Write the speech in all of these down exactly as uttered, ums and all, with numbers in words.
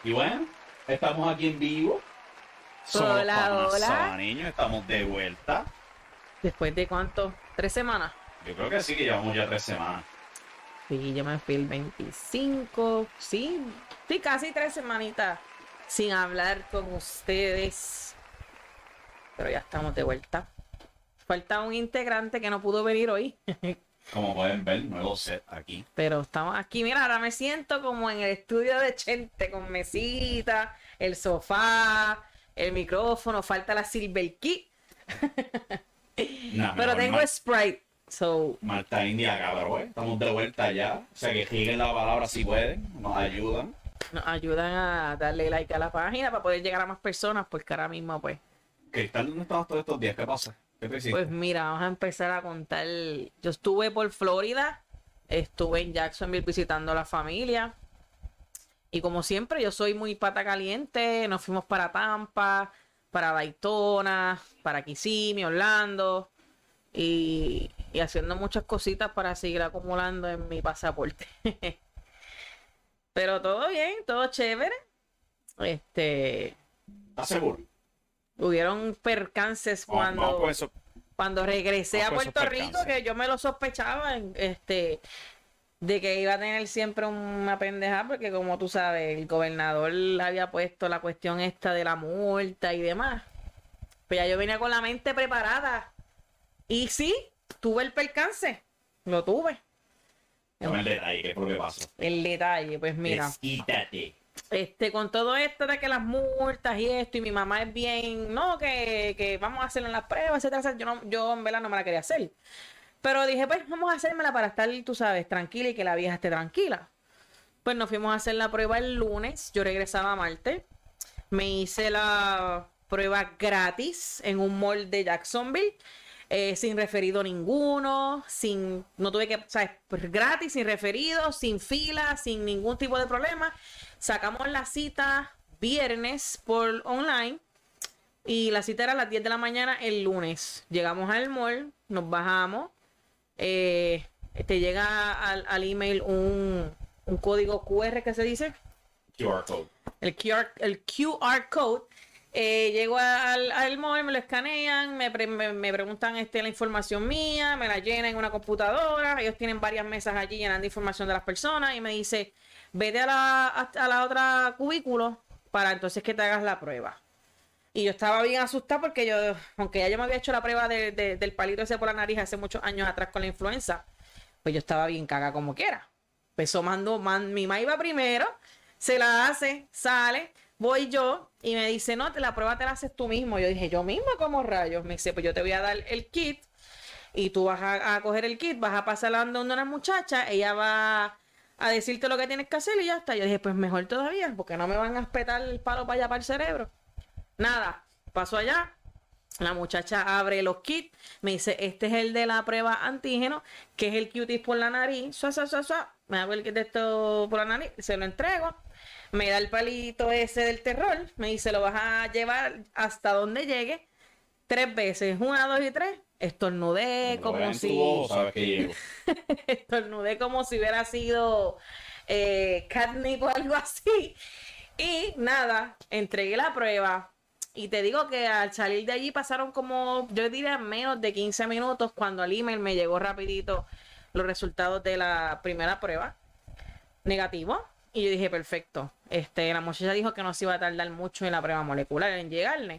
Y bueno, estamos aquí en vivo. Somos los Hola, panas hola. Sabaniños, estamos de vuelta. ¿Después de cuánto? ¿Tres semanas? Yo creo que sí, que llevamos ya tres semanas. Sí, yo me fui el veinticinco. Sí, sí, casi tres semanitas sin hablar con ustedes. Pero ya estamos de vuelta. Falta un integrante que no pudo venir hoy. Como pueden ver, nuevo set aquí. Pero estamos aquí. Mira, ahora me siento como en el estudio de Chente, con mesita, el sofá, el micrófono. Falta la Silver Key. Nah, Pero mejor tengo Mar- Sprite. So, Marta India acá, pero bueno, estamos de vuelta ya. O sea que siguen la palabra si pueden, nos ayudan. nos ayudan a darle like a la página para poder llegar a más personas, porque ahora mismo, pues, Cristal, ¿dónde estabas todos estos días? ¿Qué pasa? ¿Qué te hiciste? pues mira, vamos a empezar a contar. Yo estuve por Florida, estuve en Jacksonville visitando a la familia. Y como siempre, yo soy muy pata caliente. Nos fuimos para Tampa, para Daytona, para Kissimmee, Orlando. Y, y haciendo muchas cositas para seguir acumulando en mi pasaporte. Pero todo bien, todo chévere. Este, ¿Estás seguro? hubieron percances Vamos, cuando, vamos por eso. cuando regresé a vamos por esos Puerto Rico, percances. que yo me lo sospechaba, en- este, de que iba a tener siempre una pendeja, porque como tú sabes, el gobernador había puesto la cuestión esta de la multa y demás. Pues ya yo venía con la mente preparada. Y sí, tuve el percance. Lo tuve. Dame el detalle, ¿qué fue lo que pasó? El detalle, pues mira. Desquítate. Este, con todo esto de que las multas y esto, y mi mamá es bien, no, que, que vamos a hacerle las pruebas, etcétera, etcétera. Yo, no, yo en verdad no me la quería hacer. Pero dije, pues vamos a hacérmela para estar, tú sabes, tranquila y que la vieja esté tranquila. Pues nos fuimos a hacer la prueba el lunes, yo regresaba a martes, me hice la prueba gratis en un mall de Jacksonville. Eh, sin referido ninguno, sin, no tuve que, ¿sabes? Pues gratis, sin referido, sin fila, sin ningún tipo de problema. Sacamos la cita viernes por online y la cita era a las diez de la mañana el lunes. Llegamos al mall, nos bajamos, eh, te llega al, al email un, un código Q R que se dice, Q R code. el Q R, el Q R code. Eh, llego al, al mall, me lo escanean, me, pre- me, me preguntan este, la información mía, me la llenan en una computadora. Ellos tienen varias mesas allí llenando información de las personas y me dice, vete a la, a, a la otra cubículo para entonces que te hagas la prueba. Y yo estaba bien asustada porque yo, aunque ya yo me había hecho la prueba de, de, del palito ese por la nariz hace muchos años atrás con la influenza, pues yo estaba bien caga como quiera. Empezó mando, man, mi mamá iba primero, se la hace, sale, voy yo y me dice, no, te la prueba te la haces tú mismo. Yo dije, yo mismo como rayos. Me dice, pues yo te voy a dar el kit y tú vas a, a coger el kit, vas a pasarla a una muchacha, ella va a decirte lo que tienes que hacer y ya está. Yo dije, pues mejor todavía, porque no me van a espetar el palo para allá para el cerebro. Nada, paso allá. La muchacha abre los kits, me dice, este es el de la prueba antígeno, que es el cutis por la nariz, suá, suá, suá, suá. Me hago el kit de esto por la nariz, se lo entrego, me da el palito ese del terror, me dice, lo vas a llevar hasta donde llegue, tres veces, una, dos y tres, estornudé Cuando lo veas como en tu si, ojo, sabes que llego. estornudé como si hubiera sido eh, catnip o algo así, y nada, entregué la prueba. Y te digo que al salir de allí pasaron como, yo diría, menos de quince minutos cuando al email me llegó rapidito los resultados de la primera prueba. Negativo. Y yo dije, perfecto. Este, la muchacha dijo que no se iba a tardar mucho en la prueba molecular, en llegarle.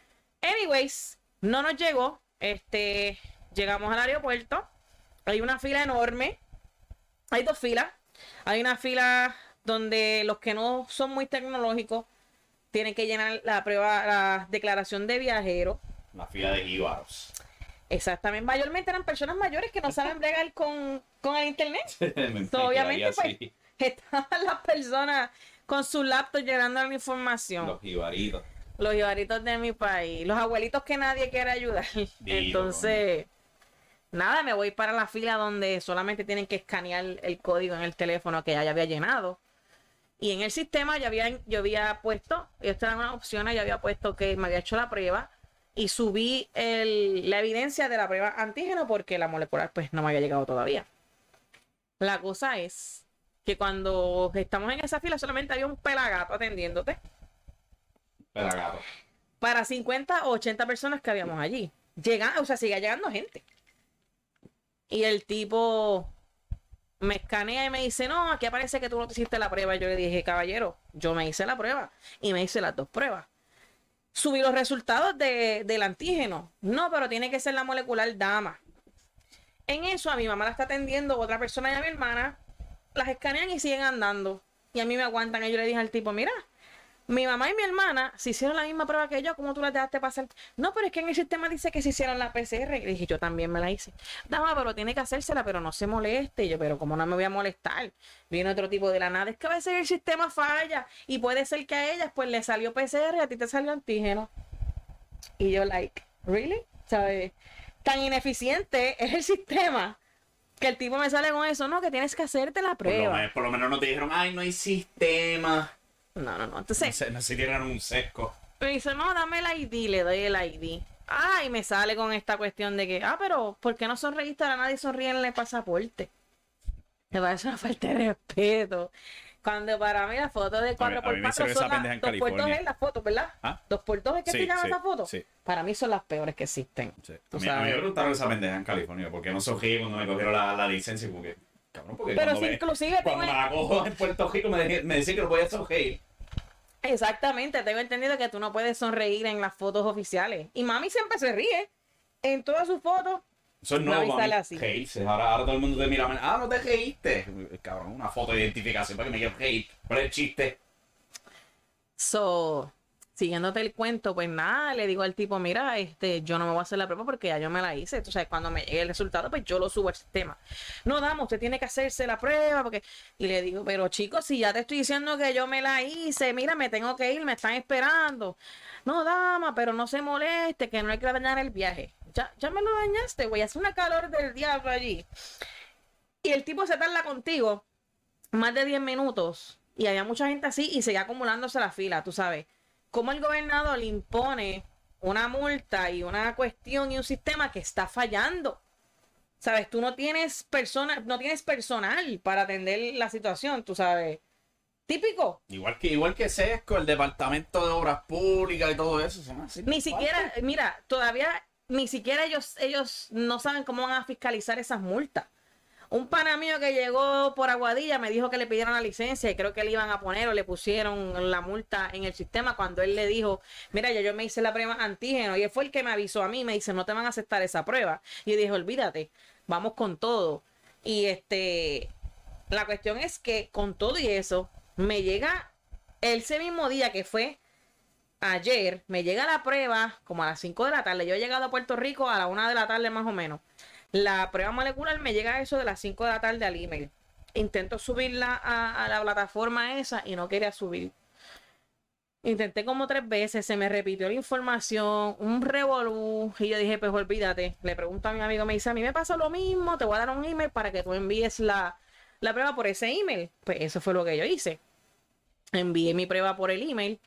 Anyways, no nos llegó. Este, llegamos al aeropuerto. Hay una fila enorme. Hay dos filas. Hay una fila donde los que no son muy tecnológicos tienen que llenar la prueba, la declaración de viajero. La fila de jíbaros. Exactamente. Mayormente eran personas mayores que no saben bregar con, con el internet. Me So, obviamente, quedaría pues, así. estaban las personas con su laptop llenando la información. Los jibaritos. Los ibaritos de mi país. Los abuelitos que nadie quiere ayudar. Entonces, nada, me voy para la fila donde solamente tienen que escanear el código en el teléfono que ya, ya había llenado. Y en el sistema yo había, yo había puesto, estas eran unas opciones, yo había puesto que me había hecho la prueba y subí el, la evidencia de la prueba antígeno porque la molecular pues no me había llegado todavía. La cosa es que cuando estamos en esa fila solamente había un pelagato atendiéndote. Pelagato. Para cincuenta o ochenta personas que habíamos allí. Llega, o sea, sigue llegando gente. Y el tipo me escanea y me dice, no, aquí aparece que tú no te hiciste la prueba. Yo le dije, caballero, yo me hice la prueba y me hice las dos pruebas. Subí los resultados de, del antígeno. No, pero tiene que ser la molecular dama. En eso a mi mamá la está atendiendo otra persona y a mi hermana. Las escanean y siguen andando. Y a mí me aguantan. Y yo le dije al tipo, mira, mi mamá y mi hermana se hicieron la misma prueba que yo. ¿Cómo tú las dejaste pasar? No, pero es que en el sistema dice que se hicieron la P C R. Y dije, yo también me la hice. Dama, pero tiene que hacérsela, pero no se moleste. Y yo, pero ¿cómo no me voy a molestar? Viene otro tipo de la nada. Es que a veces el sistema falla. Y puede ser que a ellas pues le salió P C R y a ti te salió antígeno. Y yo, like, ¿really? ¿Sabes? Tan ineficiente es el sistema que el tipo me sale con eso. No, que tienes que hacerte la Por lo, prueba. menos, por lo menos no te dijeron, ay, no hay sistema. No, no, no. No Entonces, sé, no sé si tienen un sesco. me dice, no, dame el I D, le doy el I D. Ah, y me sale con esta cuestión de que, ah, pero ¿por qué no sonreíste? A nadie sonríe en el pasaporte. Me parece una falta de respeto. Cuando para mí la foto de cuatro por cuatro son las dos por dos es las fotos, ¿verdad? ¿Ah? dos por dos es que Sí, se llama sí, esa foto. sí. Para mí son las peores que existen. Sí. Tú A, mí, a mí sabes. me preguntaron esa pendeja en California, porque no sonreí cuando me cogieron la, la licencia, porque, cabrón, porque Pero cuando, si me, inclusive cuando tengo- me la cojo en Puerto Rico me, dije- me decía que no podía sonreír. Exactamente, tengo entendido que tú no puedes sonreír en las fotos oficiales. Y mami siempre se ríe en todas sus fotos. Eso es No, y nuevo, sale mami. así. Reírse. Ahora, ahora todo el mundo te mira, ah, no te reíste. Cabrón, una foto de identificación para que me quiero reír. ¿Cuál es el chiste? So, siguiéndote el cuento, pues nada, le digo al tipo, mira, este, yo no me voy a hacer la prueba porque ya yo me la hice. Tú sabes, cuando me llegue el resultado, pues yo lo subo al sistema. No, dama, usted tiene que hacerse la prueba porque... Y le digo, pero chicos, si ya te estoy diciendo que yo me la hice, mira, me tengo que ir, me están esperando. No, dama, pero no se moleste, que no hay que dañar el viaje. Ya, ya me lo dañaste, güey, hace una calor del diablo allí. Y el tipo se tarda contigo más de diez minutos. Y había mucha gente así y seguía acumulándose la fila, tú sabes. Cómo el gobernador le impone una multa y una cuestión y un sistema que está fallando. Sabes, tú no tienes persona, no tienes personal para atender la situación, tú sabes. Típico. Igual que, igual que Sesco, el Departamento de Obras Públicas y todo eso. Son así. Ni siquiera, mira, todavía ni siquiera ellos, ellos no saben cómo van a fiscalizar esas multas. Un pana mío que llegó por Aguadilla me dijo que le pidieron la licencia y creo que le iban a poner o le pusieron la multa en el sistema cuando él le dijo, mira, ya yo me hice la prueba antígeno y él fue el que me avisó a mí, me dice, no te van a aceptar esa prueba. Y yo dije, olvídate, vamos con todo. Y este, la cuestión es que con todo y eso, me llega ese mismo día que fue ayer, me llega la prueba como a las cinco de la tarde. Yo he llegado a Puerto Rico a la una de la tarde más o menos. La prueba molecular me llega a eso de las cinco de la tarde al email. Intento subirla a, a la plataforma esa y no quería subir. Intenté como tres veces, se me repitió la información, un revolú. Y yo dije, pues olvídate. Le pregunto a mi amigo, me dice, a mí me pasa lo mismo, te voy a dar un email para que tú envíes la, la prueba por ese email. Pues eso fue lo que yo hice. Envié mi prueba por el email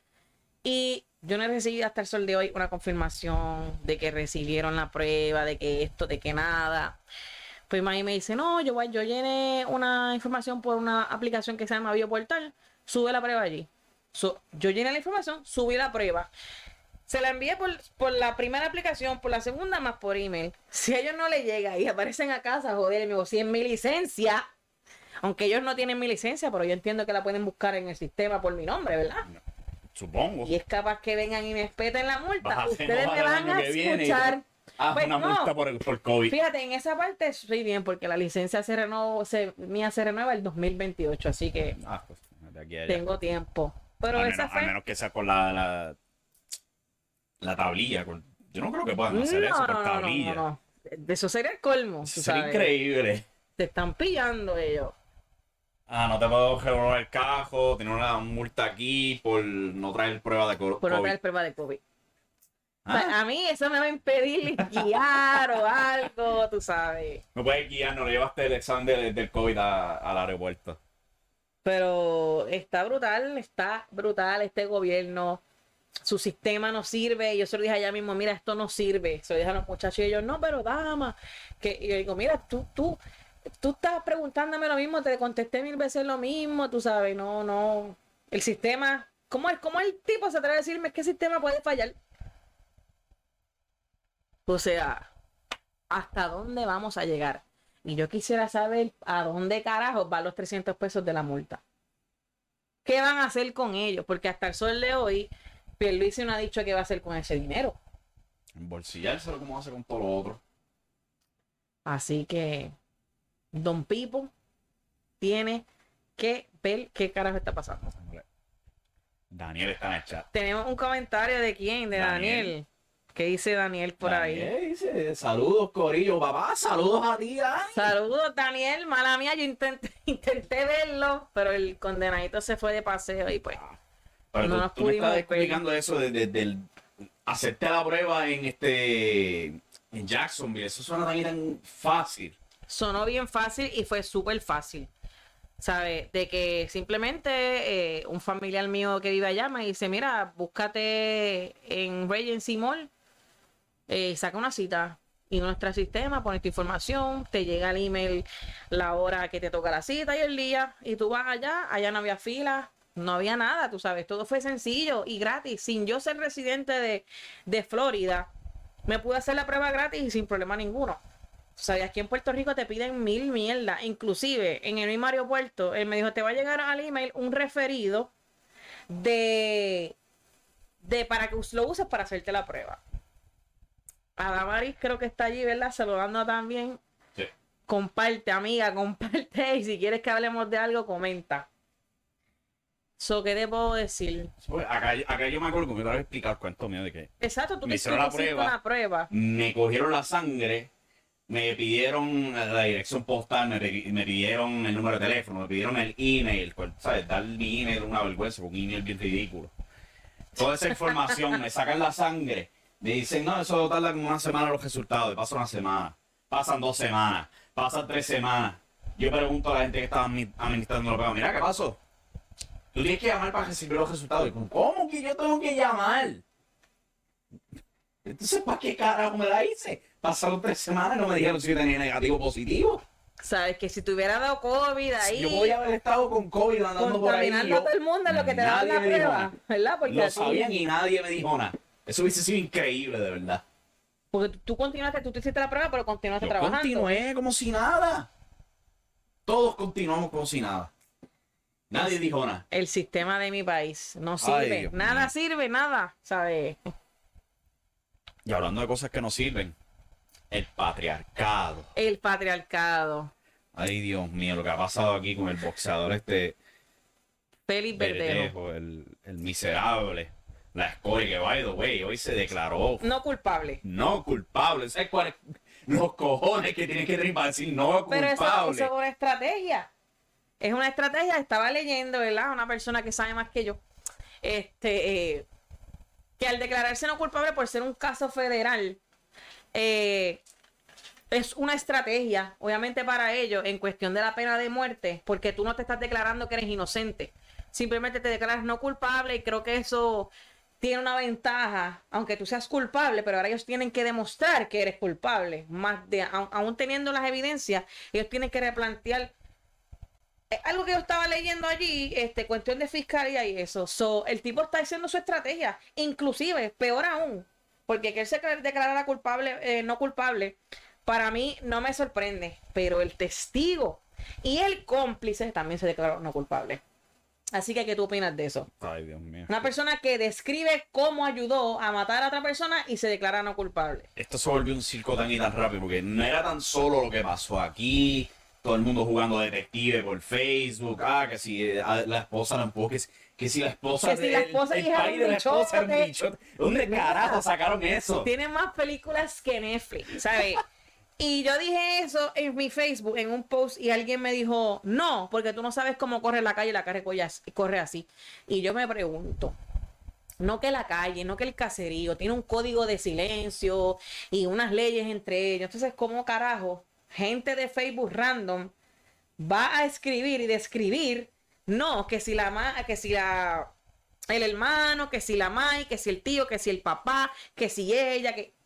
y yo no he recibido hasta el sol de hoy una confirmación de que recibieron la prueba, de que esto, de que nada. Pues Mami me dice, no, yo, yo llené una información por una aplicación que se llama Bioportal, sube la prueba allí. So, yo llené la información, subí la prueba. Se la envié por, por la primera aplicación, por la segunda más por email. Si a ellos no les llega y aparecen a casa, joder, me si en mi licencia, aunque ellos no tienen mi licencia, pero yo entiendo que la pueden buscar en el sistema por mi nombre, ¿verdad? No, supongo. Y es capaz que vengan y me espeten la multa. Vas a Ustedes renovar me el van año a que viene y escuchar. haz Pues una no. multa por, por COVID. Fíjate, en esa parte estoy bien porque la licencia se renovó, se, mía se renueva el dos mil veintiocho, así que Ah, pues, de aquí a allá. tengo tiempo. Pero al, esa menos, fue... al menos que sea con la, la, la tablilla. Con... Yo no creo que puedan hacer eso por tablilla. no, no. De eso sería el colmo. tú Sería sabes. increíble. Te están pillando ellos. Ah, no te puedo renovar el cajo, tener una multa aquí por no traer prueba de co- Por no COVID. traer prueba de COVID. O Ah, sea, a mí eso me va a impedir guiar o algo, tú sabes. no puedes guiar, no le llevaste el examen de- del COVID a- al aeropuerto. Pero está brutal, está brutal este gobierno. Su sistema no sirve. Yo se lo dije allá mismo, mira, esto no sirve. Se lo dije a los muchachos y ellos, no, pero dama. Que, y yo digo, mira, tú, tú, tú estás preguntándome lo mismo, te contesté mil veces lo mismo, tú sabes, no, no. El sistema, ¿cómo el, cómo el tipo se atreve a decirme que el sistema puede fallar? O sea, ¿hasta dónde vamos a llegar? Y yo quisiera saber a dónde carajos van los trescientos pesos de la multa. ¿Qué van a hacer con ellos? Porque hasta el sol de hoy, Pierluisi no ha dicho qué va a hacer con ese dinero. Embolsillárselo como hace con todo lo otro. Así que Don Pipo tiene que ver qué carajo está pasando. Daniel está en el chat. Tenemos un comentario de quién, de Daniel. Daniel. ¿Qué dice Daniel por Daniel ahí? Dice, saludos, Corillo, papá, saludos a ti, Dani. Saludos, Daniel, mala mía, yo intenté, intenté verlo, pero el condenadito se fue de paseo y pues pero no tú, nos tú me pudimos estás ver. explicando eso de, de, del hacerte la prueba en este en Jacksonville, eso suena tan, tan fácil. Sonó bien fácil y fue súper fácil. ¿Sabes? De que simplemente eh, un familiar mío que vive allá me dice, mira, búscate en Regency Mall, eh, saca una cita y nuestro sistema, pones tu información, te llega el email, la hora que te toca la cita y el día, y tú vas allá, allá no había fila, no había nada, tú sabes, todo fue sencillo y gratis. Sin yo ser residente de, de Florida, me pude hacer la prueba gratis y sin problema ninguno. O sea, aquí en Puerto Rico te piden mil mierda. Inclusive, en el mismo aeropuerto, él me dijo, te va a llegar al email un referido de, de para que lo uses para hacerte la prueba. Adamaris creo que está allí, ¿verdad? Saludando también. Sí. Comparte, amiga, comparte. Y si quieres que hablemos de algo, comenta. So, ¿qué te puedo decir? Pues acá, acá yo me acuerdo que me iba a explicar cuánto mío de que Exacto, tú me te hicieron la hiciste prueba, una prueba. me cogieron la sangre, me pidieron la dirección postal, me, me pidieron el número de teléfono, me pidieron el email, ¿sabes? Dar mi email una vergüenza, porque un email bien ridículo. Toda esa información, me sacan la sangre, me dicen, no, eso tarda como una semana los resultados, y pasa una semana, pasan dos semanas, pasan tres semanas. Yo pregunto a la gente que estaba administrando la prueba, mira, ¿qué pasó? Tú tienes que llamar para recibir los resultados. Y, ¿cómo que yo tengo que llamar? Entonces, ¿para qué carajo me la hice? Pasaron tres semanas y no me dijeron si yo tenía negativo o positivo. Sabes que si te hubiera dado COVID ahí. Yo podía haber estado con COVID andando por ahí. Contaminando a todo el mundo lo que te daban la prueba, ¿verdad? Porque lo así, sabían y nadie me dijo nada. Eso hubiese sido increíble, de verdad. Porque tú continuaste, tú te hiciste la prueba, pero continuaste Yo trabajando. continué como si nada. Todos continuamos como si nada. Nadie dijo nada. El sistema de mi país no sirve. Dios nada mío. sirve, nada, ¿sabes? Y hablando de cosas que no sirven, el patriarcado. El patriarcado. Ay, Dios mío, lo que ha pasado aquí con el boxeador este Félix Verdejo. Verdejo, el, el miserable. La escoria que, by the way, hoy se declaró No culpable. no culpable. ¿Sabes cuáles los cojones que tienen que tener para decir no Pero eso, culpable? eso es una estrategia. Es una estrategia. Estaba leyendo, ¿verdad? Una persona que sabe más que yo. Este, eh, que al declararse no culpable por ser un caso federal, eh, es una estrategia, obviamente para ellos, en cuestión de la pena de muerte, porque tú no te estás declarando que eres inocente. Simplemente te declaras no culpable y creo que eso tiene una ventaja, aunque tú seas culpable, pero ahora ellos tienen que demostrar que eres culpable. Más de, aun, aún teniendo las evidencias, ellos tienen que replantear. Eh, algo que yo estaba leyendo allí, este, cuestión de fiscalía y eso. So, el tipo está haciendo su estrategia, inclusive, peor aún, porque que él se declarara culpable, eh, no culpable, para mí no me sorprende, pero el testigo y el cómplice también se declaró no culpable. Así que, ¿qué tú opinas de eso? Ay, Dios mío. Una persona que describe cómo ayudó a matar a otra persona y se declara no culpable. Esto se volvió un circo tan y tan rápido, porque no era tan solo lo que pasó aquí, todo el mundo jugando detective por Facebook, ah, que si eh, la esposa la empujó, que, si- que si la esposa, Que si la esposa el, el hija país era de un la esposa era un bichote. bichote. ¿Dónde carajo sacaron eso? Tiene más películas que Netflix, ¿sabes? Y yo dije eso en mi Facebook, en un post, y alguien me dijo, no, porque tú no sabes cómo corre la calle, la calle corre así. Y yo me pregunto, no que la calle, no que el caserío, tiene un código de silencio y unas leyes entre ellos. Entonces, ¿cómo carajo gente de Facebook random va a escribir y describir? No, que si la ma que si la el hermano, que si la mai, que si el tío, que si el papá, que si ella, que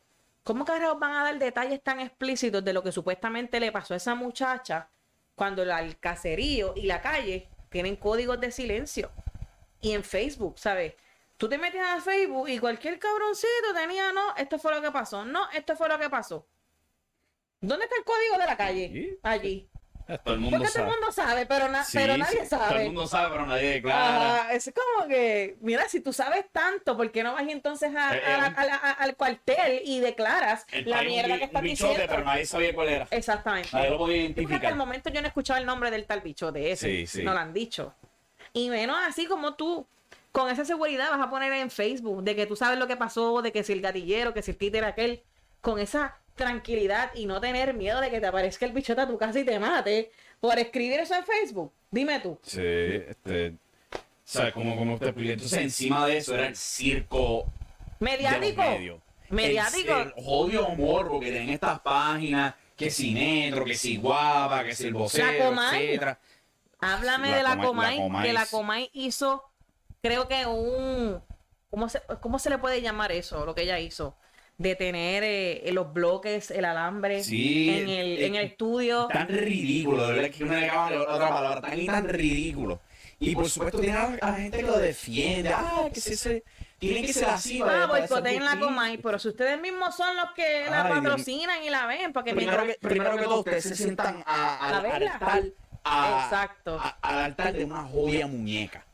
¿Cómo carajos van a dar detalles tan explícitos de lo que supuestamente le pasó a esa muchacha cuando la- el caserío y la calle tienen códigos de silencio? Y en Facebook, ¿sabes? Tú te metes a Facebook y cualquier cabroncito tenía, no, esto fue lo que pasó, no, esto fue lo que pasó. ¿Dónde está el código de la calle? Sí. Allí. Todo el mundo Porque todo sabe. el mundo sabe, pero, na- Sí, pero nadie sí, sabe. Todo el mundo sabe, pero nadie declara. Ajá, es como que, mira, si tú sabes tanto, ¿por qué no vas entonces a- Eh, a la- eh, a la- a- al cuartel y declaras El la país un mierda bi- que estás un bichote, diciendo? pero nadie sabía cuál era. Exactamente. Nadie lo podía Porque hasta el identificar. momento yo no he escuchado el nombre del tal bichote ese. Sí, sí. No lo han dicho. Y menos así como tú, con esa seguridad vas a poner en Facebook de que tú sabes lo que pasó, de que si el gatillero, que si el títer aquel, con esa tranquilidad y no tener miedo de que te aparezca el bichote a tu casa y te mate por escribir eso en Facebook. Dime tú. Sí, este. ¿Sabes cómo, cómo te expliqué? Entonces, encima de eso era el circo Mediático. de los medios. Mediático. El, el jodido morbo que tienen estas páginas, que si Netro, que si Guapa, que si el vocero, La Comay. etcétera. Háblame La de la Comay- Comay, la Comay que la es- Comay hizo, creo que un, ¿cómo se, cómo se le puede llamar eso? Lo que ella hizo, de tener eh, los bloques, el alambre Sí, en el, eh, en el estudio. Tan ridículo, de verdad que uno le acaba de otra palabra, tan y tan ridículo. Y por supuesto tiene a, a la gente que lo defiende, ah, que se, se tiene que ser así. Ah, para- para ser boicoteen la político. Comay, pero si ustedes mismos son los que la Ay, Dios mío. patrocinan y la ven, porque Primero que, mientras- primero que todo, ustedes se sientan a, a- A al verla. altar, a- Exacto. a- al altar de una jodida muñeca.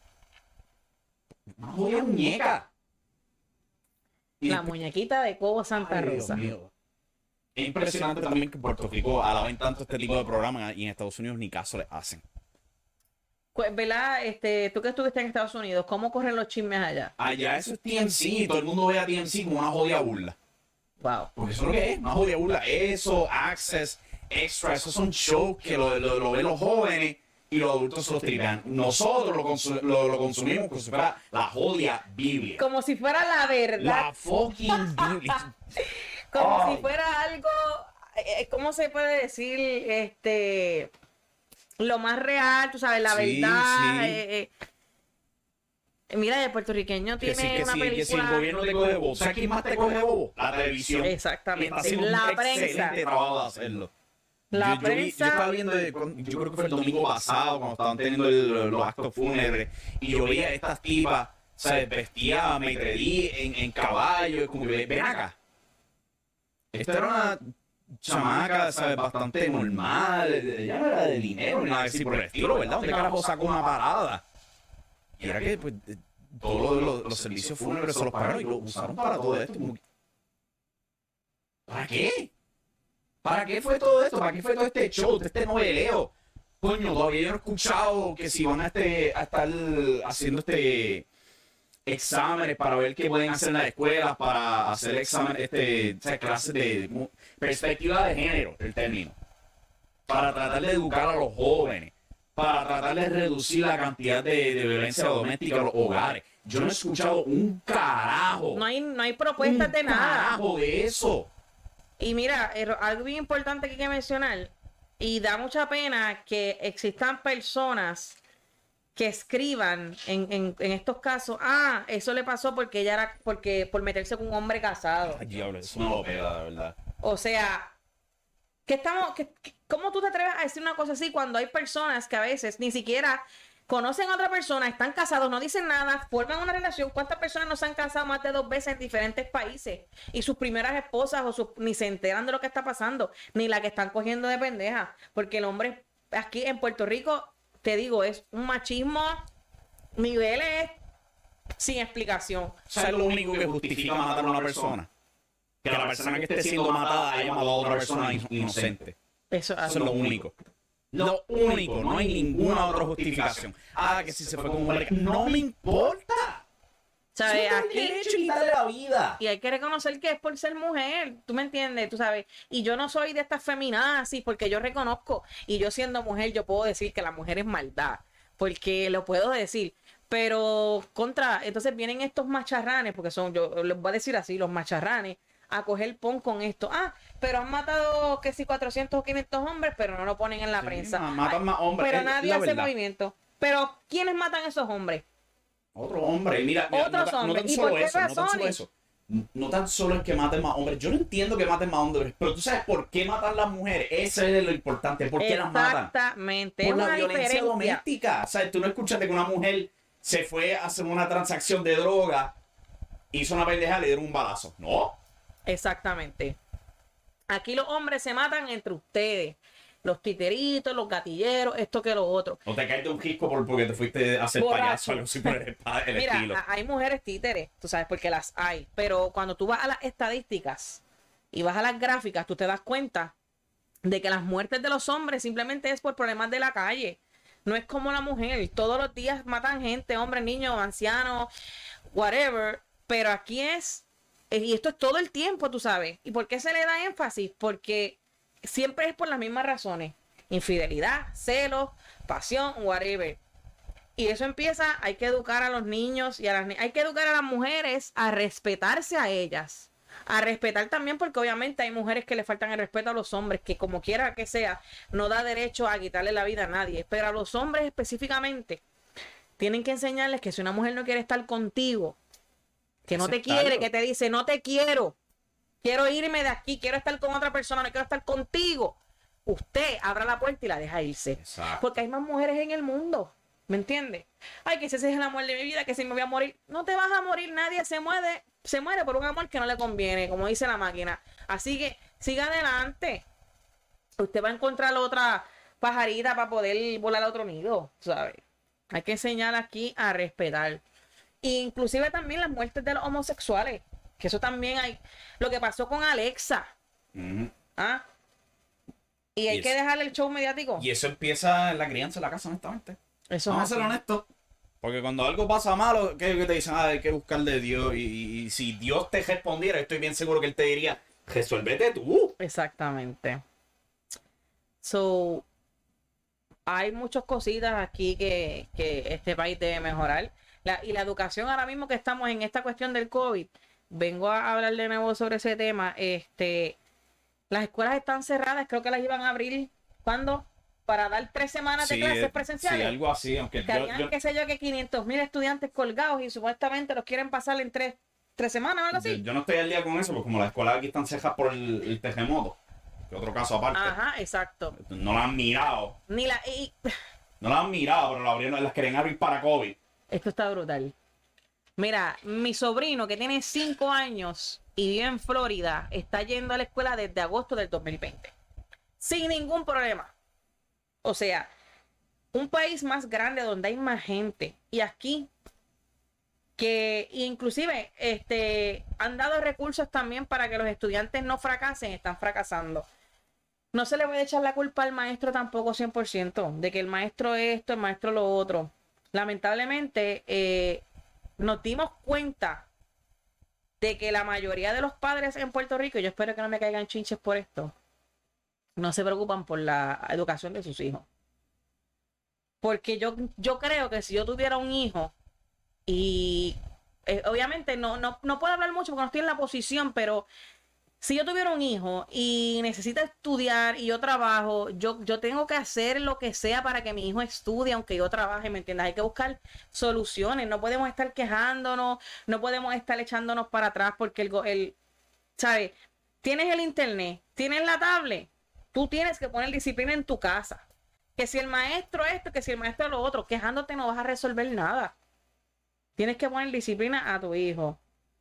Una jodida muñeca. Y la muñequita de Cobo Santa Ay, Dios Rosa. mío. Es impresionante también que en Puerto Rico alaben tanto este tipo de programas y en Estados Unidos ni caso le hacen. Pues, ¿verdad? Este, tú que estuviste en Estados Unidos, ¿cómo corren los chismes allá? Allá eso es T M C, todo el mundo ve a T M C como una jodida burla. Wow. Porque eso es lo que es, una jodida burla. Eso, Access, Extra, esos son shows que lo, lo, lo ven los jóvenes y los adultos se los tripean. Nosotros lo, consu- lo, lo consumimos como si fuera la jodida Biblia. Como si fuera la verdad. La fucking Biblia. Como Ay. si fuera algo, eh, ¿cómo se puede decir? Este, lo más real, tú sabes, la Sí, verdad. sí. eh, eh. Mira, el puertorriqueño Que tiene si, que, una si, que si película. el gobierno te coge bobo. ¿Sabes quién más te coge bobo? La televisión. Exactamente. Y está haciendo La un prensa. excelente trabajo de hacerlo. La yo, yo, vi- prensa. yo estaba viendo, de- con- yo creo que fue el domingo pasado, cuando estaban teniendo el- los actos fúnebres, y yo veía a estas tipas, ¿sabes? Vestidas, me creí en, en caballo, como que ven acá. Esta era una chamaca, ¿sabes? Bastante normal, ella no era de dinero ni nada así por el estilo, ¿verdad? ¿Dónde carajo sacó una parada? Y era que, pues, eh, todos los, los servicios fúnebres se los pagaron y lo usaron para todo esto. Como que, ¿para qué? ¿Para qué fue todo esto? ¿Para qué fue todo este show, este noveleo? Coño, todavía yo no he escuchado que si van a, este, a estar haciendo este exámenes para ver qué pueden hacer en las escuelas, para hacer exámenes, este, o sea, clases de mu- perspectiva de género, el término, para tratar de educar a los jóvenes, para tratar de reducir la cantidad de, de violencia doméstica en los hogares. Yo no he escuchado un carajo, No hay, no hay propuestas un de nada. carajo de eso. Y mira, eh, algo bien importante que hay que mencionar, y da mucha pena que existan personas que escriban en, en, en estos casos, ah, eso le pasó porque ella era, porque por meterse con un hombre casado. Ay, diablo, eso no lo pega, la verdad. O sea, ¿qué estamos, qué- qué- ¿cómo tú te atreves a decir una cosa así cuando hay personas que a veces ni siquiera conocen a otra persona, están casados, no dicen nada, forman una relación? ¿Cuántas personas no se han casado más de dos veces en diferentes países? Y sus primeras esposas o sus, ni se enteran de lo que está pasando, ni la que están cogiendo de pendeja. Porque el hombre aquí en Puerto Rico, te digo, es un machismo niveles sin explicación. ¿Sabes lo único que justifica matar a una persona? Que la persona que esté siendo matada haya matado a otra persona in- inocente. Eso, Eso es lo único. Lo único, no hay ninguna otra justificación. Ah, que si se fue con un hombre. No me importa. ¿sabes? Eso no Aquí tiene derecho a quitarle la vida. y hay que reconocer que es por ser mujer, ¿tú me entiendes? Tú sabes, y yo no soy de estas feminazis porque yo reconozco, y yo siendo mujer yo puedo decir que la mujer es maldad, porque lo puedo decir, pero contra, entonces vienen estos macharranes, porque son, yo les voy a decir así, los macharranes, a coger pon con esto. Ah, pero han matado que si cuatrocientos o quinientos hombres, pero no lo ponen en la Sí, prensa. ma- matan Ay, más hombres, pero es nadie la hace verdad. movimiento. Pero ¿quiénes matan a esos hombres? Otro hombre, mira, mira, Otros no, ta- no hombres. tan ¿Y solo por qué eso, no tan solo razones? eso. no tan solo es que maten más hombres, yo no entiendo que maten más hombres, pero tú sabes por qué matan las mujeres, eso es lo importante, ¿por qué las matan? Exactamente, Por es la una violencia diferencia. doméstica, o sea, tú no escuchas de que una mujer se fue a hacer una transacción de droga, hizo una pendeja, le dieron un balazo, no. Exactamente. Aquí los hombres se matan entre ustedes. Los titeritos, los gatilleros, esto que lo otro. O te caes de un risco por, porque te fuiste a hacer Borracho. payaso, algo así por el, el Mira, estilo. a- hay mujeres títeres, tú sabes, porque las hay. Pero cuando tú vas a las estadísticas y vas a las gráficas, tú te das cuenta de que las muertes de los hombres simplemente es por problemas de la calle. No es como la mujer. Todos los días matan gente, hombres, niños, ancianos, whatever. Pero aquí es, y esto es todo el tiempo, tú sabes. ¿Y por qué se le da énfasis? Porque siempre es por las mismas razones. Infidelidad, celos, pasión, whatever. Y eso empieza, hay que educar a los niños y a las ni- hay que educar a las mujeres a respetarse a ellas. A respetar también, porque obviamente hay mujeres que le faltan el respeto a los hombres, que como quiera que sea, no da derecho a quitarle la vida a nadie. Pero a los hombres específicamente, tienen que enseñarles que si una mujer no quiere estar contigo, que no te Aceptarlo. quiere, que te dice, no te quiero, quiero irme de aquí, quiero estar con otra persona, no quiero estar contigo. Usted abra la puerta y la deja irse. Exacto. Porque hay más mujeres en el mundo. ¿Me entiendes? Ay, que ese es el amor de mi vida, que si me voy a morir. No te vas a morir, nadie se muere, se muere por un amor que no le conviene, como dice la máquina. Así que siga adelante. Usted va a encontrar otra pajarita para poder volar a otro nido, ¿sabes? Hay que enseñar aquí a respetar. Inclusive también las muertes de los homosexuales. Que eso también hay. Lo que pasó con Alexa. Ujú. ¿Ah? Y hay Y que eso- dejarle el show mediático. Y eso empieza en la crianza en la casa, honestamente. Eso Vamos a es ser así. honestos. Porque cuando algo pasa malo, ¿qué que te dicen? Ah, hay que buscar de Dios. Y, y- y si Dios te respondiera, estoy bien seguro que Él te diría, resuélvete tú. Exactamente. So, hay muchas cositas aquí que, que este país debe mejorar. La, y la educación ahora mismo que estamos en esta cuestión del COVID, vengo a hablar de nuevo sobre ese tema. Este, las escuelas están cerradas, creo que las iban a abrir, ¿cuándo? Para dar tres semanas de Sí, clases eh, presenciales. sí, algo así, aunque Que yo, habían, yo- qué sé yo, que quinientos mil estudiantes colgados y supuestamente los quieren pasar en tres, tres semanas o algo yo- así. yo no estoy al día con eso, porque como las escuelas aquí están cejas por el, el terremoto, que otro caso aparte, Ajá, exacto. no la han mirado. Ni la, y, No la han mirado, pero la abrieron, las querían abrir para COVID. esto está brutal. Mira, mi sobrino que tiene cinco años y vive en Florida está yendo a la escuela desde agosto del dos mil veinte. Sin ningún problema. O sea, un país más grande donde hay más gente. Y aquí, que inclusive este, han dado recursos también para que los estudiantes no fracasen, están fracasando. No se le puede echar la culpa al maestro tampoco cien por ciento, de que el maestro esto, el maestro lo otro. Lamentablemente, eh, nos dimos cuenta de que la mayoría de los padres en Puerto Rico, y yo espero que no me caigan chinches por esto, no se preocupan por la educación de sus hijos. Porque yo, yo creo que si yo tuviera un hijo, y eh, obviamente no, no, no puedo hablar mucho porque no estoy en la posición, pero si yo tuviera un hijo y necesita estudiar y yo trabajo, yo, yo tengo que hacer lo que sea para que mi hijo estudie, aunque yo trabaje, ¿me entiendes? Hay que buscar soluciones, no podemos estar quejándonos, no podemos estar echándonos para atrás porque el, go- el ¿sabes? Tienes el internet, tienes la tablet, tú tienes que poner disciplina en tu casa. Que si el maestro esto, que si el maestro lo otro, quejándote no vas a resolver nada. Tienes que poner disciplina a tu hijo.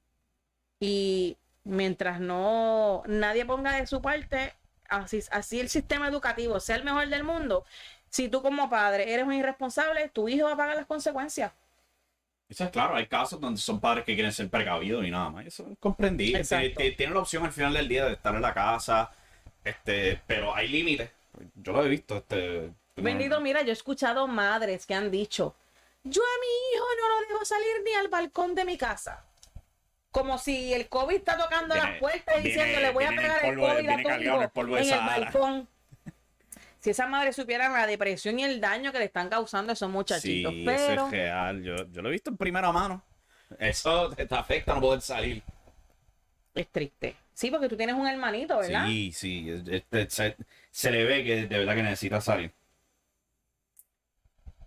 Y mientras no nadie ponga de su parte, así, así el sistema educativo sea el mejor del mundo, si tú como padre eres un irresponsable, tu hijo va a pagar las consecuencias. Eso es claro, hay casos donde son padres que quieren ser precavidos y nada más. Eso es comprendible. Exacto. Tienen tienen la opción al final del día de estar en la casa, este, pero hay límites. Yo lo he visto. Este, Bendito, mira, yo he escuchado madres que han dicho, yo a mi hijo no lo dejo salir ni al balcón de mi casa. Como si el COVID está tocando Viene- las puertas y viene- diciendo, le voy a viene el pegar el, polvo de- COVID viene a tu cargado en el hijo polvo de en el Sahara. balcón. Si esas madres supieran la depresión y el daño que le están causando a esos muchachitos. Sí, pero eso es real. Yo, yo lo he visto en primera mano. Eso te, te afecta no poder salir. es triste. Sí, porque tú tienes un hermanito, ¿verdad? Sí, sí. Este, se, se le ve que de verdad que necesita salir.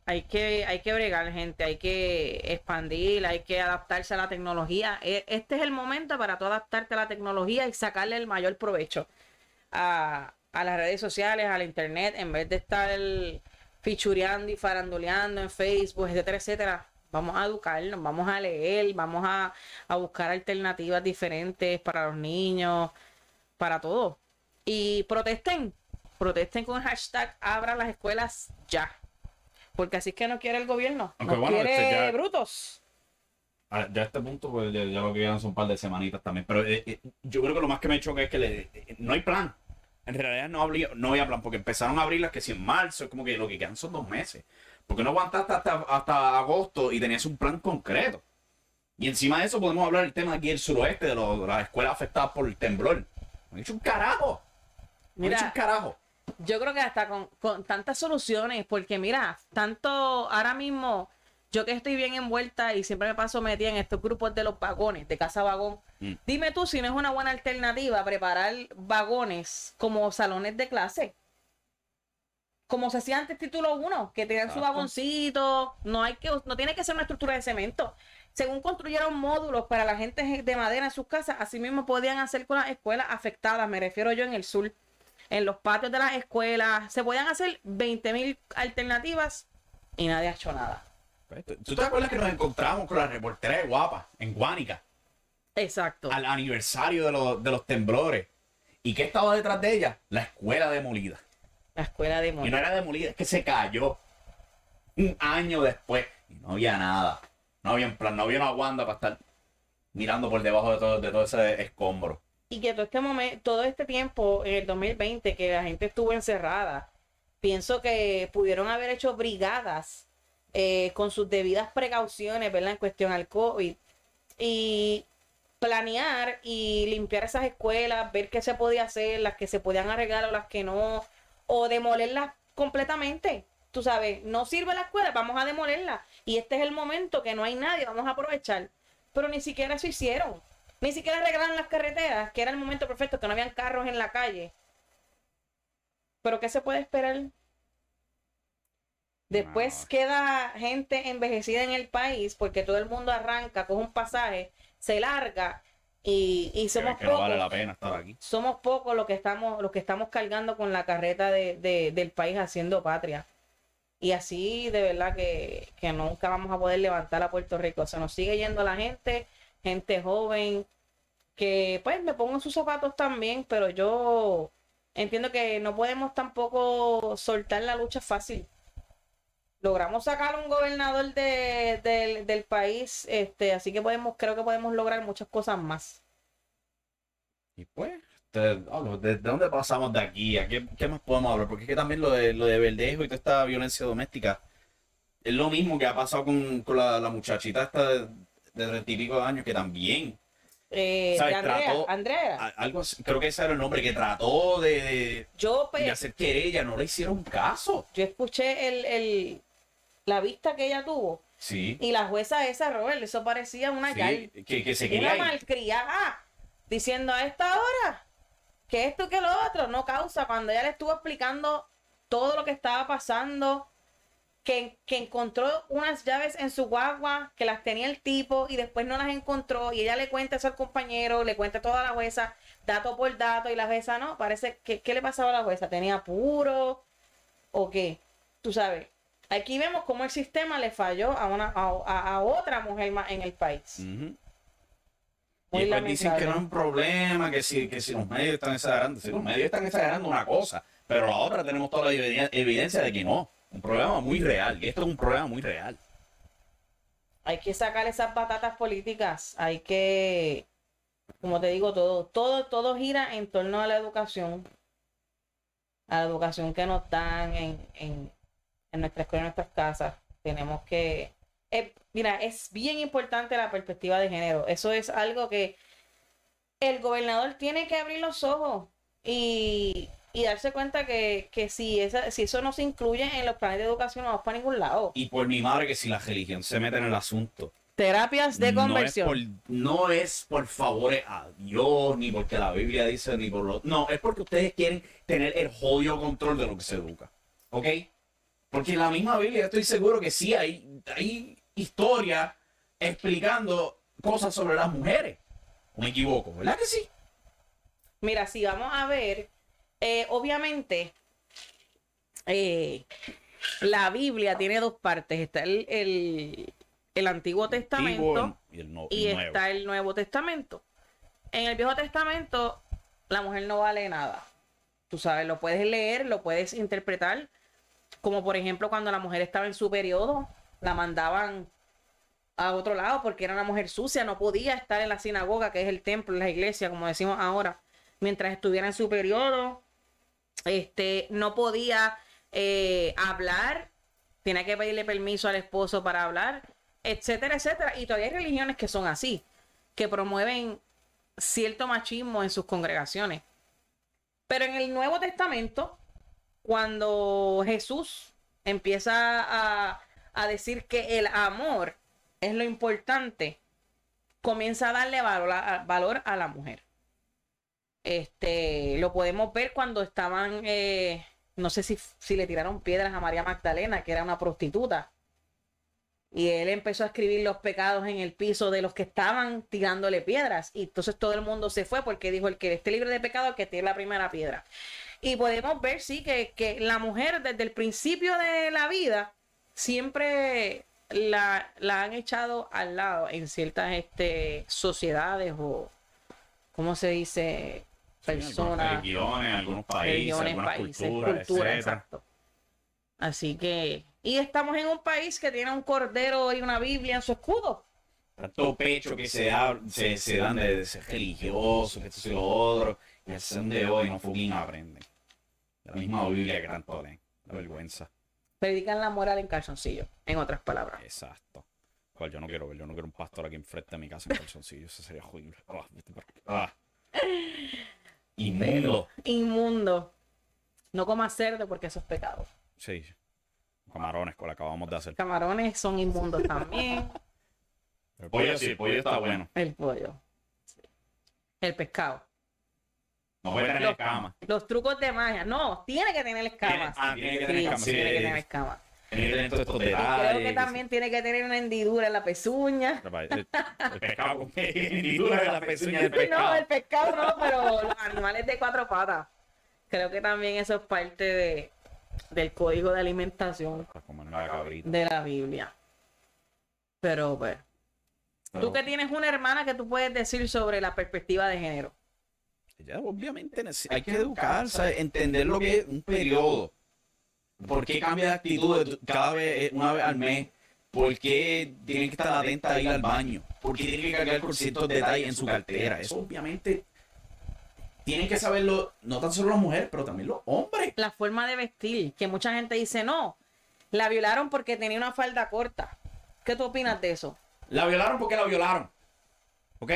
Hay que, hay que bregar, gente, hay que expandir, hay que adaptarse a la tecnología. E- Este es el momento para tú adaptarte a la tecnología y sacarle el mayor provecho a, a las redes sociales, al internet, en vez de estar fichureando y faranduleando en Facebook, etcétera, etcétera. Vamos a educarnos, vamos a leer, vamos a, a buscar alternativas diferentes para los niños, para todo. Y protesten, protesten con el hashtag abran las escuelas ya. Porque así es que no quiere el gobierno, Aunque no bueno, quiere este ya- brutos. Ah, ya a este punto, pues ya, ya lo que quedan son un par de semanitas también. Pero eh, eh, yo creo que lo más que me choca es que le- eh, no hay plan. En realidad no había, no había plan, porque empezaron a abrirlas que si en marzo, es como que lo que quedan son dos meses. Porque no aguantaste hasta, hasta agosto y tenías un plan concreto. Y encima de eso podemos hablar del tema aquí del suroeste, de, los- de las escuelas afectadas por el temblor. No han hecho un carajo. No han hecho un Mira, carajo. yo creo que hasta con, con tantas soluciones, porque mira, tanto ahora mismo, yo que estoy bien envuelta y siempre me paso metida en estos grupos de los vagones, de Casa Vagón, Mm. dime tú si no es una buena alternativa preparar vagones como salones de clase. Como se hacía antes título uno, que tenían su Exacto. vagoncito, no hay que, no tiene que ser una estructura de cemento. Según construyeron módulos para la gente de madera en sus casas, así mismo podían hacer con las escuelas afectadas, me refiero yo en el sur, en los patios de las escuelas, se podían hacer veinte mil alternativas y nadie ha hecho nada. ¿Tú te acuerdas que nos encontramos con la reportera de Guapa en Guánica Exacto. al aniversario de los, de los temblores? ¿Y qué estaba detrás de ella? La escuela demolida. La escuela de Y no moda. era demolida, es que se cayó un año después y no había nada. No había un plan, no había una guanda para estar mirando por debajo de todo, de todo ese escombro. Y que todo este momento, todo este tiempo, en el dos mil veinte, que la gente estuvo encerrada, pienso que pudieron haber hecho brigadas eh, con sus debidas precauciones, ¿verdad? En cuestión al COVID. Y planear y limpiar esas escuelas, ver qué se podía hacer, las que se podían arreglar o las que no, o demolerlas completamente. Tú sabes, no sirve la escuela, vamos a demolerla. Y este es el momento que no hay nadie, vamos a aprovechar. Pero ni siquiera eso hicieron. Ni siquiera arreglaron las carreteras, que era el momento perfecto, que no habían carros en la calle. Pero ¿qué se puede esperar? Después No. queda gente envejecida en el país porque todo el mundo arranca, coge un pasaje, se larga y, y somos que no pocos. vale la pena estar aquí. Somos pocos los que estamos, los que estamos cargando con la carreta de, de- del país haciendo patria. Y así de verdad que, que nunca vamos a poder levantar a Puerto Rico. Se nos sigue yendo la gente, gente joven, que pues me pongo en sus zapatos también, pero yo entiendo que no podemos tampoco soltar la lucha fácil. Logramos sacar un gobernador de- del- del país, este, así que podemos, creo que podemos lograr muchas cosas más. Y pues, te- hablo, ¿de, de dónde pasamos de aquí? ¿A qué, qué más podemos hablar? Porque es que también lo de, lo de Verdejo y toda esta violencia doméstica es lo mismo que ha pasado con, con la, la muchachita esta de, de treinta y pico de años que también, Eh, ¿sabes? de Andrea, Trató, Andrea, a- algo así, creo que ese era el nombre, que trató de, de, yo, de pe- hacer querella, no le hicieron caso. yo escuché el, el, la vista que ella tuvo Sí, y la jueza esa, Robert, eso parecía una yal- sí, que, que se una quería ir. malcriada, diciendo a esta hora que esto que lo otro no causa, cuando ella le estuvo explicando todo lo que estaba pasando, que, que encontró unas llaves en su guagua, que las tenía el tipo y después no las encontró y ella le cuenta eso al compañero, le cuenta toda la jueza, dato por dato y la jueza no, parece que, ¿qué le pasaba a la jueza? ¿Tenía puro o qué? Tú sabes, aquí vemos cómo el sistema le falló a, una, a, a- a otra mujer más en el país. Ujú. Muy Y después dicen que no es lamentable. un problema, que si, que si los medios están exagerando. Si los medios están exagerando una cosa, pero la otra tenemos toda la eviden- evidencia de que no. Un problema muy real. Y esto es un problema muy real. Hay que sacar esas batatas políticas, hay que, como te digo, todo, todo, todo gira en torno a la educación, a la educación que nos dan en, en, en nuestra escuela, en nuestras casas. Tenemos que, eh, mira, es bien importante la perspectiva de género. Eso es algo que el gobernador tiene que abrir los ojos y, y darse cuenta que, que si, esa, si eso no se incluye en los planes de educación, no vamos para ningún lado. Y por mi madre que si la religión se mete en el asunto. Terapias de conversión. No es, por, no es por favores a Dios, ni porque la Biblia dice, ni por lo... No, es porque ustedes quieren tener el jodido control de lo que se educa. ¿Ok? Porque en la misma Biblia estoy seguro que sí hay, hay historias explicando cosas sobre las mujeres. ¿O me equivoco? ¿Verdad que sí? Mira, si vamos a ver, eh, obviamente, eh, la Biblia tiene dos partes. Está el, el, el Antiguo Testamento Antiguo y el, no, y el Nuevo. está el Nuevo Testamento. En el Viejo Testamento, la mujer no vale nada. Tú sabes, lo puedes leer, lo puedes interpretar. Como por ejemplo, cuando la mujer estaba en su periodo, la mandaban a otro lado porque era una mujer sucia, no podía estar en la sinagoga, que es el templo, la iglesia, como decimos ahora, mientras estuviera en su periodo. Este, no podía eh, hablar, tenía que pedirle permiso al esposo para hablar, etcétera, etcétera. Y todavía hay religiones que son así, que promueven cierto machismo en sus congregaciones. Pero en el Nuevo Testamento, cuando Jesús empieza a, a decir que el amor es lo importante, comienza a darle valor a, valor a la mujer. Este, lo podemos ver cuando estaban, eh, no sé si, si le tiraron piedras a María Magdalena, que era una prostituta. Y él empezó a escribir los pecados en el piso de los que estaban tirándole piedras. Y entonces todo el mundo se fue porque dijo, el que esté libre de pecado, que tire la primera piedra. Y podemos ver, sí, que, que la mujer desde el principio de la vida siempre la, la han echado al lado en ciertas este, sociedades o, ¿cómo se dice? Personas. Sí, religiones, algunos países, religiones, algunas países, culturas, cultura, etcétera. exacto. Así que, y estamos en un país que tiene un cordero y una Biblia en su escudo. Tanto pecho que se, da, se, se dan de, de ser religioso, que esto y lo otro, y el son de hoy no fucking aprenden. La misma Biblia que tanto leen. La vergüenza. Predican la moral en calzoncillo, en otras palabras. Exacto. Cual yo no quiero ver, yo no quiero un pastor aquí enfrente de mi casa en calzoncillo, eso sería horrible. Ah, ah. Inmundo. Inmundo. No comas cerdo porque eso es pecado. Sí. Camarones, con lo que acabamos de hacer. Camarones son inmundos también. El pollo sí, el pollo está bueno. El pollo. Sí. El pescado. No puede tener Los- escamas. Los trucos de magia. No, tiene que tener escamas. Ah, tiene que Sí, tener escamas. tiene que Sí. tener escamas. Tiene que tener todos estos Y creo detalles. que también tiene que tener una hendidura en la pezuña. El, el pescado con hendidura de la pezuña del No, pescado. el pescado no, pero los animales de cuatro patas. Creo que también eso es parte de, del código de alimentación Para comerme la cabrita. de la Biblia. Pero, pues, tú que tienes una hermana, que tú puedes decir sobre la perspectiva de género. Ya, obviamente nece- hay que educarse, entender lo que es un periodo. ¿Por qué cambia de actitud cada vez, eh, una vez al mes? ¿Por qué tienen que estar atentas a ir al baño? ¿Por qué tienen que cargar con ciertos detalles en su cartera? Eso obviamente tienen que saberlo no tan solo las mujeres, pero también los hombres. La forma de vestir, que mucha gente dice, no, la violaron porque tenía una falda corta. ¿Qué tú opinas de eso? La violaron porque la violaron. ¿Ok?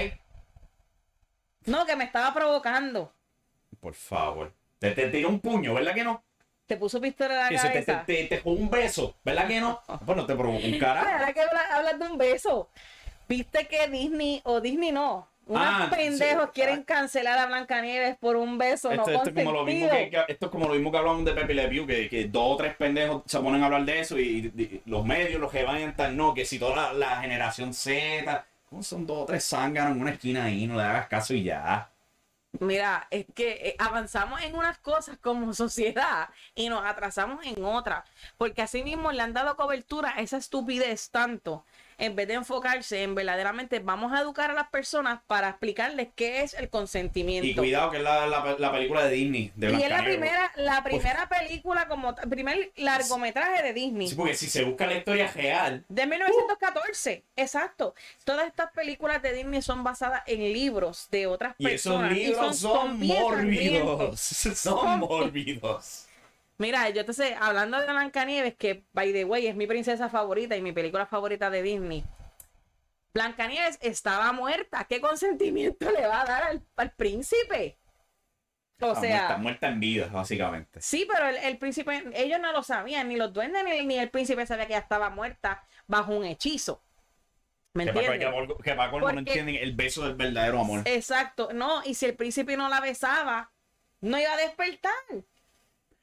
No, que me estaba provocando. Por favor. Te, te tiró un puño, ¿verdad que no? Te puso pistola en la Eso, te, te, cabeza. te, te jugó un beso, ¿verdad que no? Pues no te provocó un Ay, carajo. ahora que habla- hablas de un beso, viste que Disney, o Disney no, unos Ah, pendejos sí. quieren cancelar a Blancanieves por un beso Esto, no esto es como lo mismo consentido. que, que- esto es como lo mismo que hablamos de Pepe Le Pew, que, que dos o tres pendejos se ponen a hablar de eso y, y- y los medios, los que van a entrar, no, que si toda la, la generación Z, ¿cómo son dos o tres zánganos en una esquina ahí? No le hagas caso y ya. Mira, es que eh, avanzamos en unas cosas como sociedad y nos atrasamos en otras, porque así mismo le han dado cobertura a esa estupidez tanto, en vez de enfocarse en verdaderamente vamos a educar a las personas para explicarles qué es el consentimiento. Y cuidado que es la, la, la película de Disney, de Y es la Blancanieves. primera, la primera película como ta- primer largometraje de Disney. Sí, porque si se busca la historia real, De mil novecientos catorce, exacto. Todas estas películas de Disney son basadas en libros de otras y esos personas. libros son, son bien mórbidos. sangrientos. Son mórbidos. Mira, yo te sé, hablando de Blancanieves, que by the way es mi princesa favorita y mi película favorita de Disney. Blancanieves estaba muerta. ¿Qué consentimiento le va a dar al, al príncipe? O Está sea, muerta, muerta en vida, básicamente. sí, pero el, el príncipe, ellos no lo sabían, ni los duendes ni, ni el príncipe sabía que ella estaba muerta bajo un hechizo. ¿Me Que para, entiendes? que, que para colmo no Porque- entienden el beso del verdadero amor. Exacto, no, y si el príncipe no la besaba, no iba a despertar.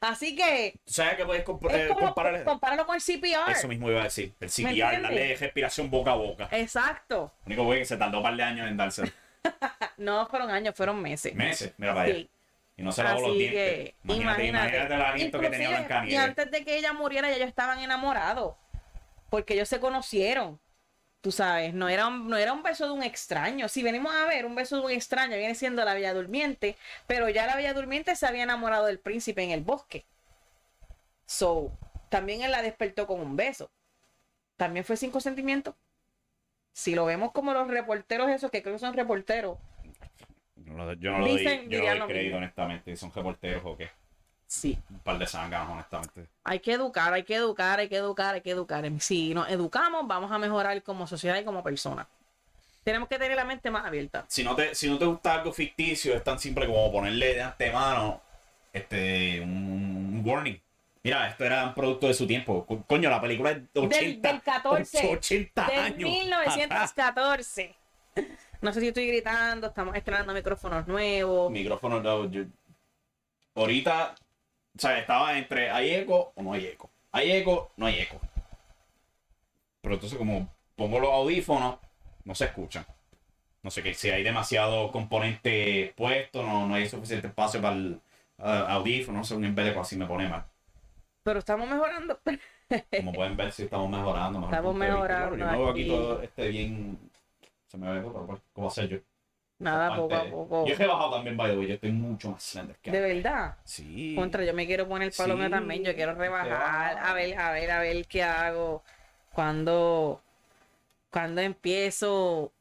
Así que ¿Tú sabes que puedes comp- es eh, como comparar? compararlo con el C P R. Eso mismo iba a decir. El C P R, la entiendes? ley de respiración boca a boca. Exacto. Lo único que que se tardó un par de años en dárselo. No fueron años, fueron meses. Meses, mira para allá. Sí. Y no se lavó los Así dientes. que, Imagínate, imagínate el aliento que tenía Inclusive, y Blancanieves. antes de que ella muriera, ya ellos estaban enamorados. Porque ellos se conocieron. Tú sabes, no era, un, no era un beso de un extraño. Si venimos a ver, un beso de un extraño viene siendo la Bella Durmiente, pero ya la Bella Durmiente se había enamorado del príncipe en el bosque. So, también él la despertó con un beso. También fue sin consentimiento. Si lo vemos como los reporteros esos, que creo que son reporteros. Yo no, yo no lo Dicen- doy, yo no dirían doy lo crédito, mismo. honestamente. Si son reporteros o qué. Sí. Un par de zangas, honestamente. Hay que educar, hay que educar, hay que educar, hay que educar. Si nos educamos, vamos a mejorar como sociedad y como persona. Tenemos que tener la mente más abierta. Si no te, si no te gusta algo ficticio, es tan simple como ponerle de antemano este, un, un warning. Mira, esto era un producto de su tiempo. Co- Coño, la película es de ochenta, del, del catorce. ochenta Del años. mil novecientos catorce. No sé si estoy gritando, estamos estrenando micrófonos nuevos. Micrófono, no, yo- ahorita, o sea, estaba entre hay eco o no hay eco. Hay eco, no hay eco. Pero entonces como pongo los audífonos, no se escuchan. No sé qué, si hay demasiado componente puesto, no, no hay suficiente espacio para el uh, audífono, no sé, un embeleco así me pone mal. Pero estamos mejorando. Como pueden ver, si estamos mejorando. Mejor Estamos punto de vista. mejorando Claro, yo me veo aquí aquí. todo este bien. Se me ve, pero pues, ¿cómo va a ser yo? Nada, Aparte, poco a poco. Yo he bajado también, by the way, yo estoy mucho más slender que De antes. verdad. Sí. Contra, yo me quiero poner el palo mío Sí, también. Yo quiero rebajar. rebaja. A ver, a ver, a ver qué hago. Cuando, cuando empiezo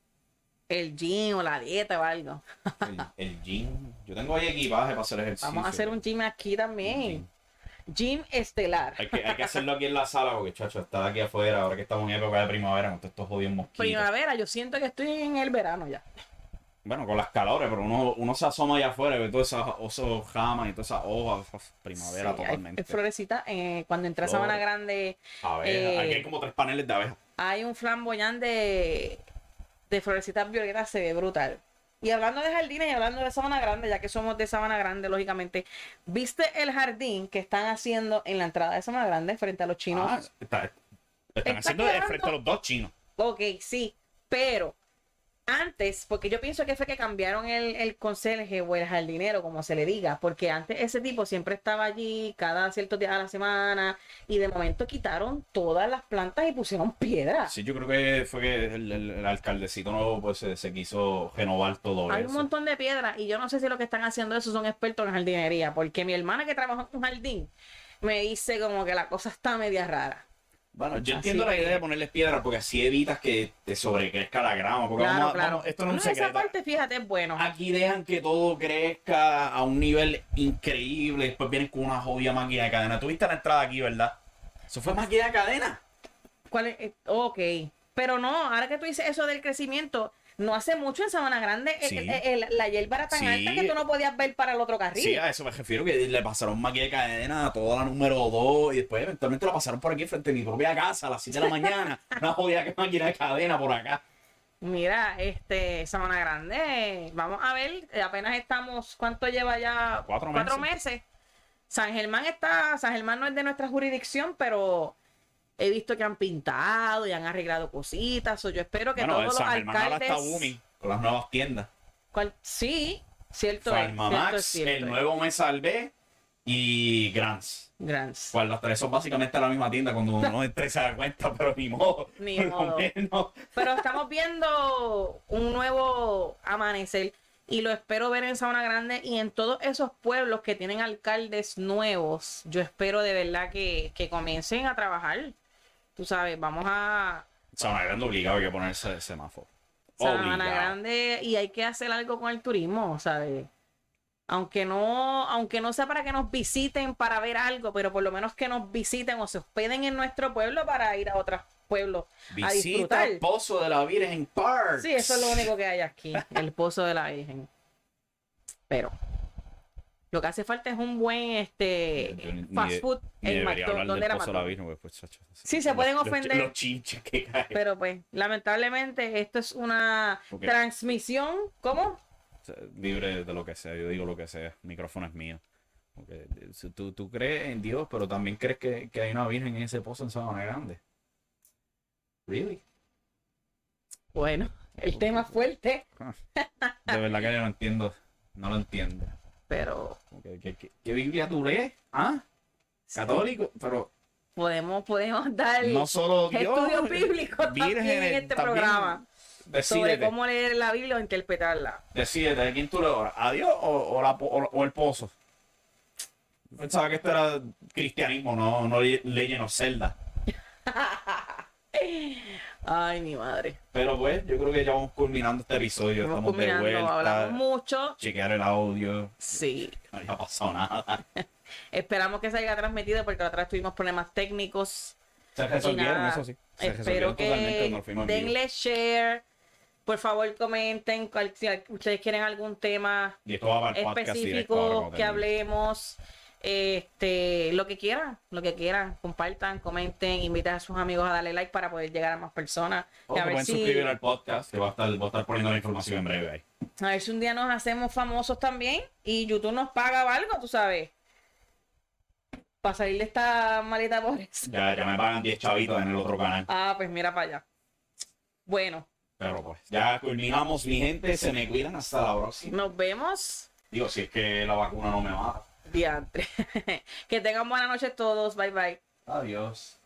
el gym o la dieta o algo. El, el gym. Yo tengo ahí equipaje para hacer ejercicio. Vamos a hacer un gym aquí también. Gym estelar. Hay que, hay que hacerlo aquí en la sala porque, chacho, estar aquí afuera, ahora que estamos en época de primavera, con todos estos jodidos mosquitos. Primavera, yo siento que estoy en el verano ya. Bueno, con las calores, pero uno, uno se asoma allá afuera y ve todas esas esos jamas y todas esas hojas. uf, Primavera Sí, hay- totalmente. hay florecita. eh, cuando entra a Flores. Sabana Grande, Abejas. eh, Aquí hay como tres paneles de abejas. hay un flamboyán de, de florecitas violetas, se ve brutal. Y hablando de jardines y hablando de Sabana Grande, ya que somos de Sabana Grande, lógicamente, ¿viste el jardín que están haciendo en la entrada de Sabana Grande frente a los chinos? Ah, está- están Está haciendo de quedando- frente a los dos chinos. Ok, sí, pero antes, porque yo pienso que fue que cambiaron el, el conserje o el jardinero, como se le diga, porque antes ese tipo siempre estaba allí cada ciertos días a la semana y de momento quitaron todas las plantas y pusieron piedras. Sí, yo creo que fue que el, el- el alcaldecito nuevo pues se, se quiso renovar todo Hay eso. un montón de piedras y yo no sé si lo que están haciendo eso son expertos en jardinería, porque mi hermana que trabaja en un jardín me dice como que la cosa está media rara. Bueno, yo Así entiendo la que- idea de ponerles piedras porque así evitas que te sobrecrezca la grama. Porque Claro, vamos a- claro. vamos- esto no es un Esa secreto. parte, fíjate, es bueno. Aquí dejan que todo crezca a un nivel increíble. Después vienen con una jodida máquina de cadena. ¿Tuviste la entrada aquí, verdad? Eso fue máquina de cadena. ¿Cuál es? Eh, Ok. Pero no, ahora que tú dices eso del crecimiento, no hace mucho en Sabana Grande el- Sí. el- el- la hierba era tan Sí. alta que tú no podías ver para el otro carril. Sí, a eso me refiero, que le pasaron máquina de cadena a toda la número dos y después eventualmente la pasaron por aquí frente a mi propia casa a las siete de la mañana. Una jodida máquina de cadena por acá. Mira, este, Sabana Grande, vamos a ver, eh, apenas estamos, ¿cuánto lleva ya? Cuatro meses. San Germán está, San Germán no es de nuestra jurisdicción, pero he visto que han pintado y han arreglado cositas, o yo espero que Bueno, todos los San Germán ahora alcaldes... está booming con las nuevas tiendas. ¿Cuál? Sí, cierto es, cierto es, Farmamax, cierto el es. nuevo Me Salvé y Grants. Grants. Pues las tres son básicamente la misma tienda cuando uno entra y se da cuenta, pero ni modo. Ni por lo modo. menos. Pero estamos viendo un nuevo amanecer y lo espero ver en Sabana Grande y en todos esos pueblos que tienen alcaldes nuevos. Yo espero de verdad que, que comiencen a trabajar. Tú sabes, vamos a Sabana Grande obligado hay que ponerse de semáforo. Sabana Obligado. Grande y hay que hacer algo con el turismo, ¿sabes? Aunque no, aunque no sea para que nos visiten para ver algo, pero por lo menos que nos visiten o se hospeden en nuestro pueblo para ir a otros pueblos a Visita disfrutar. el Pozo de la Virgen Park. Sí, eso es lo único que hay aquí, el Pozo de la Virgen. Pero lo que hace falta es un buen este Yo ni- ni fast de- food Ni en debería McDonald's. hablar ¿Dónde del era Pozo de la McDonald's? Virgen, porque, pues, chacho, Sí, se los- pueden los- ofender. Los, chinches que caen. Pero pues, lamentablemente, esto es una Ok. transmisión. ¿Cómo? O sea, libre de lo que sea, yo digo lo que sea. El micrófono es mío. Porque, si tú, tú crees en Dios, pero también crees que, que hay una virgen en ese pozo en Sabana Grande. Really? Bueno, el tema es fuerte, De verdad que yo no entiendo. No lo entiendo. pero ¿Qué, qué, qué- qué Biblia tú lees? ¿Ah? Católico, pero podemos, podemos dar no solo Dios, estudios bíblicos también en vírgenes, este también. programa sobre Decídete, cómo leer la Biblia o interpretarla. decídete, ¿a quién tú le oras? ¿A Dios o, o, la po- o- o el pozo? Yo pensaba que esto era cristianismo, no, no le- Legend of Zelda. Ay, mi madre. Pero pues, yo creo que ya vamos culminando este episodio. Vamos Estamos de combinando, hablamos vuelta. mucho. Chequear el audio. Sí. No haya pasado nada. Esperamos que se haya transmitido porque atrás tuvimos problemas técnicos. Se Y resolvieron, nada, eso sí. Se espero resolvieron totalmente cuando que nos fuimos en vivo. denle share. Por favor, comenten cual- si ustedes quieren algún tema Y esto va para el podcast directo ahora específico cuando que termine. hablemos. Este, lo que quieran, lo que quieran, compartan, comenten, inviten a sus amigos a darle like para poder llegar a más personas. O Y a se ver pueden si, suscribir al podcast, que va a estar, voy a estar poniendo la información en breve ahí. a ver si un día nos hacemos famosos también y YouTube nos paga algo, tú sabes. Para salir de esta maleta pobreza. Ya, ya me pagan diez chavitos en el otro canal. Ah, pues mira para allá. Bueno, Pero pues, ya culminamos, mi gente. Se me cuidan hasta la próxima. nos vemos. Digo, si es que la vacuna no me mata. Diantre. Que tengan buena noche todos. Bye bye. Adiós.